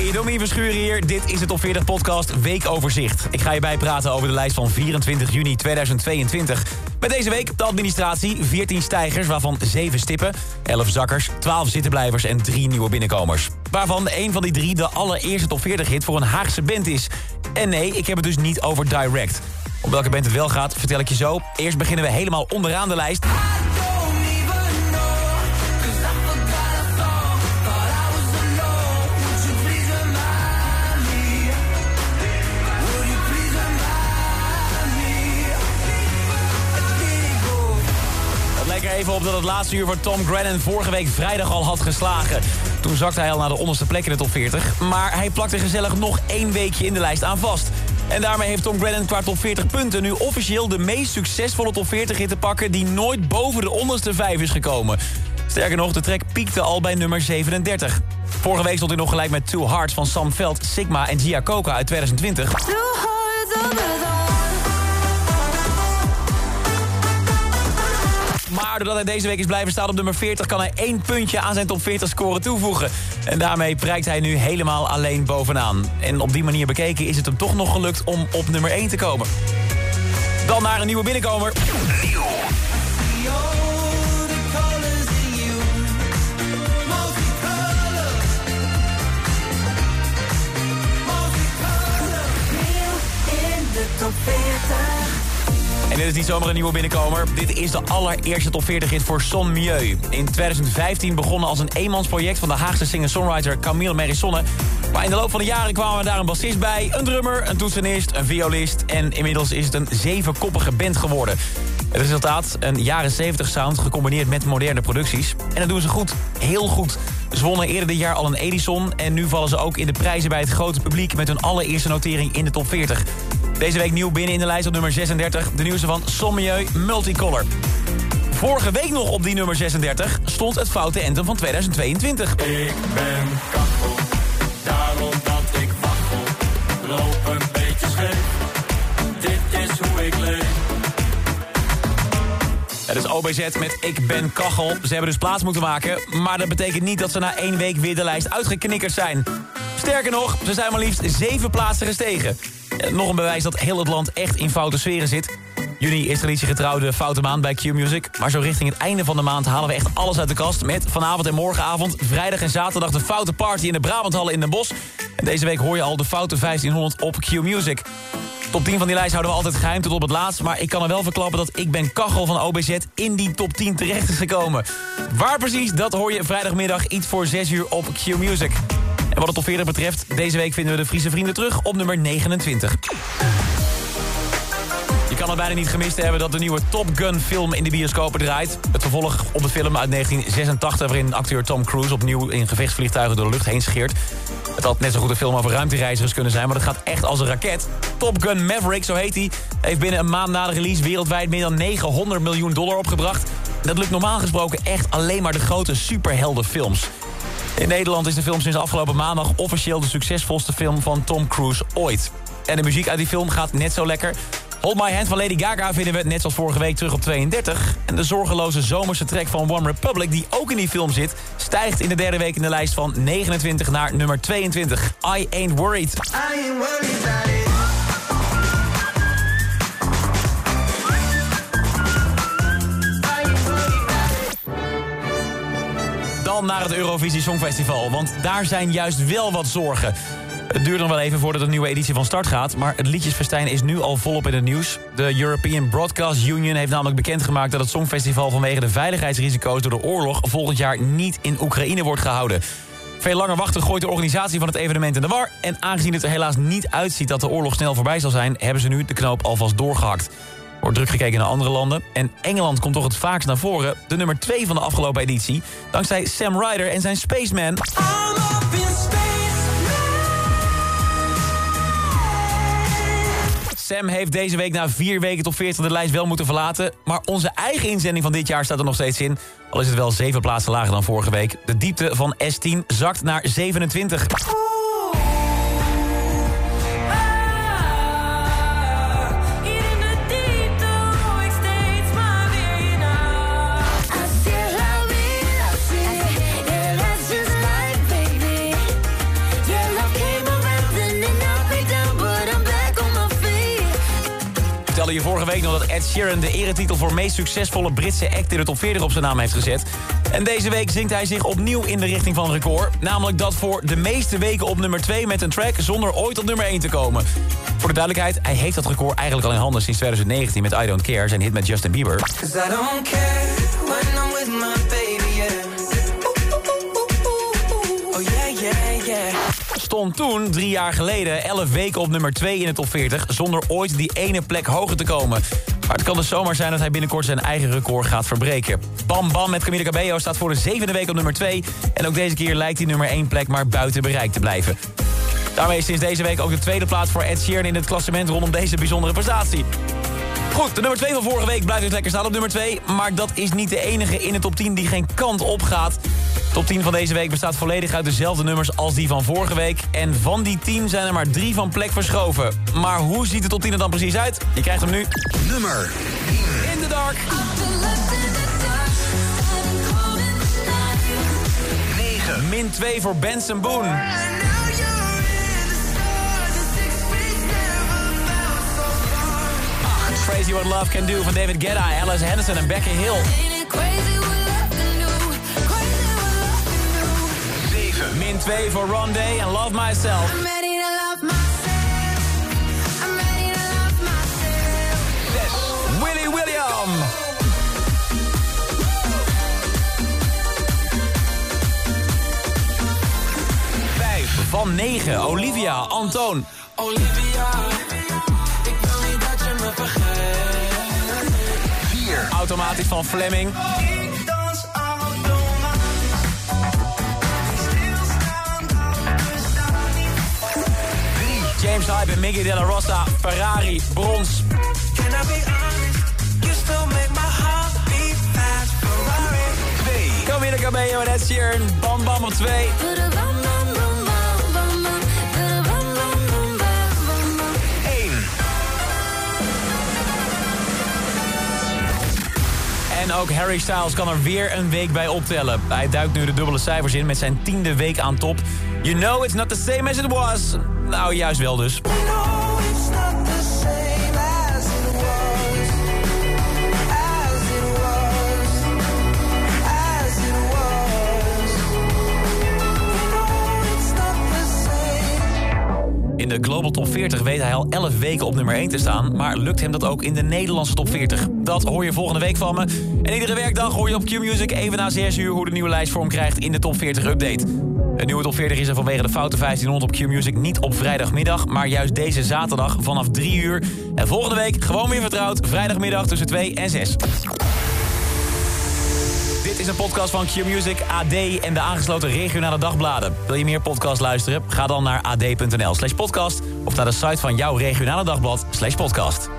Hey, Domien Verschuren hier. Dit is de Top 40 podcast Weekoverzicht. Ik ga je bijpraten over de lijst van 24 juni 2022. Met deze week de administratie, 14 stijgers, waarvan 7 stippen, 11 zakkers, 12 zittenblijvers en 3 nieuwe binnenkomers. Waarvan een van die 3 de allereerste Top 40 hit voor een Haagse band is. En nee, ik heb het dus niet over Direct. Om welke band het wel gaat, vertel ik je zo. Eerst beginnen we helemaal onderaan de lijst. Even op dat het laatste uur voor Tom Grennan vorige week vrijdag al had geslagen. Toen zakte hij al naar de onderste plek in de top 40. Maar hij plakte gezellig nog 1 weekje in de lijst aan vast. En daarmee heeft Tom Grennan qua top 40 punten nu officieel de meest succesvolle top 40 hit te pakken die nooit boven de onderste 5 is gekomen. Sterker nog, de track piekte al bij nummer 37. Vorige week stond hij nog gelijk met Two Hearts van Sam Veld, Sigma en Gia Coca uit 2020. Maar doordat hij deze week is blijven staan op nummer 40... kan hij 1 puntje aan zijn top 40 score toevoegen. En daarmee prijkt hij nu helemaal alleen bovenaan. En op die manier bekeken is het hem toch nog gelukt om op nummer 1 te komen. Dan naar een nieuwe binnenkomer. En dit is niet zomaar een nieuwe binnenkomer. Dit is de allereerste top 40 hit voor Son Mieu. In 2015 begonnen als een eenmansproject van de Haagse singer-songwriter Camille Merissonne. Maar in de loop van de jaren kwamen daar een bassist bij, een drummer, een toetsenist, een violist. En inmiddels is het een 7-koppige band geworden. Het resultaat, een jaren 70 sound gecombineerd met moderne producties. En dat doen ze goed, heel goed. Ze wonnen eerder dit jaar al een Edison en nu vallen ze ook in de prijzen bij het grote publiek met hun allereerste notering in de top 40. Deze week nieuw binnen in de lijst op nummer 36, de nieuwste van Son Mieu, Multicolor. Vorige week nog op die nummer 36 stond het foute anthem van 2022. Ik ben kachel, daarom dat ik waggel, loop een beetje scheef, dit is hoe ik leef. Het is OBZ met Ik ben kachel. Ze hebben dus plaats moeten maken, maar dat betekent niet dat ze na 1 week weer de lijst uitgeknikkerd zijn. Sterker nog, ze zijn maar liefst 7 plaatsen gestegen. Nog een bewijs dat heel het land echt in foute sferen zit. Juni is traditiegetrouwde foute maand bij Q-Music. Maar zo richting het einde van de maand halen we echt alles uit de kast. Met vanavond en morgenavond, vrijdag en zaterdag de foute party in de Brabanthallen in Den Bosch. En deze week hoor je al de foute 1500 op Q-Music. Top 10 van die lijst houden we altijd geheim tot op het laatst. Maar ik kan er wel verklappen dat Ik ben kachel van OBZ in die top 10 terecht is gekomen. Waar precies, dat hoor je vrijdagmiddag iets voor 6 uur op Q-Music. En wat het top 40 betreft, deze week vinden we de Friese vrienden terug op nummer 29. Je kan het bijna niet gemist hebben dat de nieuwe Top Gun film in de bioscopen draait. Het vervolg op de film uit 1986... waarin acteur Tom Cruise opnieuw in gevechtsvliegtuigen door de lucht heen scheert. Het had net zo goed een film over ruimtereizigers kunnen zijn... maar dat gaat echt als een raket. Top Gun Maverick, zo heet hij, heeft binnen een maand na de release... wereldwijd meer dan $900 miljoen opgebracht. Dat lukt normaal gesproken echt alleen maar de grote superheldenfilms. In Nederland is de film sinds afgelopen maandag officieel de succesvolste film van Tom Cruise ooit. En de muziek uit die film gaat net zo lekker. Hold My Hand van Lady Gaga vinden we net zoals vorige week terug op 32. En de zorgeloze zomerse track van One Republic, die ook in die film zit... stijgt in de 3e week in de lijst van 29 naar nummer 22. I Ain't Worried. I ain't worried about it. Dan naar het Eurovisie Songfestival, want daar zijn juist wel wat zorgen. Het duurt nog wel even voordat de nieuwe editie van start gaat... maar het liedjesfestijn is nu al volop in het nieuws. De European Broadcast Union heeft namelijk bekendgemaakt... dat het Songfestival vanwege de veiligheidsrisico's door de oorlog... volgend jaar niet in Oekraïne wordt gehouden. Veel langer wachten gooit de organisatie van het evenement in de war... en aangezien het er helaas niet uitziet dat de oorlog snel voorbij zal zijn... hebben ze nu de knoop alvast doorgehakt. Er wordt druk gekeken naar andere landen. En Engeland komt toch het vaakst naar voren. De nummer 2 van de afgelopen editie. Dankzij Sam Ryder en zijn Spaceman. Sam heeft deze week na 4 weken tot 40 de lijst wel moeten verlaten. Maar onze eigen inzending van dit jaar staat er nog steeds in. Al is het wel 7 plaatsen lager dan vorige week. De diepte van S10 zakt naar 27. je vorige week nog dat Ed Sheeran de eretitel voor meest succesvolle Britse act in de top 40 op zijn naam heeft gezet. En deze week zingt hij zich opnieuw in de richting van een record. Namelijk dat voor de meeste weken op nummer 2 met een track zonder ooit op nummer 1 te komen. Voor de duidelijkheid, hij heeft dat record eigenlijk al in handen sinds 2019 met I Don't Care, zijn hit met Justin Bieber. 'Cause I don't care when I'm with my baby, yeah. Oh yeah, yeah, yeah. Stond toen, 3 jaar geleden, 11 weken op nummer 2 in de top 40... zonder ooit die ene plek hoger te komen. Maar het kan dus zomaar zijn dat hij binnenkort zijn eigen record gaat verbreken. Bam Bam met Camila Cabello staat voor de 7e week op nummer 2... en ook deze keer lijkt die nummer 1 plek maar buiten bereik te blijven. Daarmee is sinds deze week ook de tweede plaats voor Ed Sheeran in het klassement rondom deze bijzondere prestatie. Goed, de nummer 2 van vorige week blijft dus lekker staan op nummer 2... maar dat is niet de enige in de top 10 die geen kant op gaat. De top 10 van deze week bestaat volledig uit dezelfde nummers als die van vorige week... en van die 10 zijn er maar 3 van plek verschoven. Maar hoe ziet de top 10 er dan precies uit? Je krijgt hem nu. Nummer In the Dark. 9. Min 2 voor Benson Boone. Crazy What Love Can Do van David Guetta, Alice Henderson en Becky Hill. 7. Min 2 voor Rondé en Love Myself. 6. Willy William. 5. Van 9, Olivia, Antoon. Olivia, ik wil niet dat je me vergeet. 4. Automatisch van Fleming. Ik dans al door stilstaan, we staan niet. 3. James Hype en Miggy Della Rosa, Ferrari, brons. Can I be honest? You still make my heart beat fast. Ferrari. 2. Camila Cabello en Ed Sheeran, Bam Bam op 2. 1. En ook Harry Styles kan er weer een week bij optellen. Hij duikt nu de dubbele cijfers in met zijn 10e week aan top. You know it's not the same as it was. Nou, juist wel dus. No, it's not the same as it was. As it was. As it was. No, it's not the same. In de Global Top 40 weet hij al 11 weken op nummer 1 te staan. Maar lukt hem dat ook in de Nederlandse Top 40? Dat hoor je volgende week van me. En iedere werkdag hoor je op Q-Music even na 6 uur... hoe de nieuwe lijst vorm krijgt in de Top 40 Update. Een nieuwe Top 40 is er vanwege de foute 1500 op Q-Music niet op vrijdagmiddag... maar juist deze zaterdag vanaf 3 uur. En volgende week gewoon weer vertrouwd, vrijdagmiddag tussen 2 en 6. Dit is een podcast van Q-Music, AD en de aangesloten regionale dagbladen. Wil je meer podcast luisteren? Ga dan naar ad.nl/podcast... of naar de site van jouw regionale dagblad /podcast.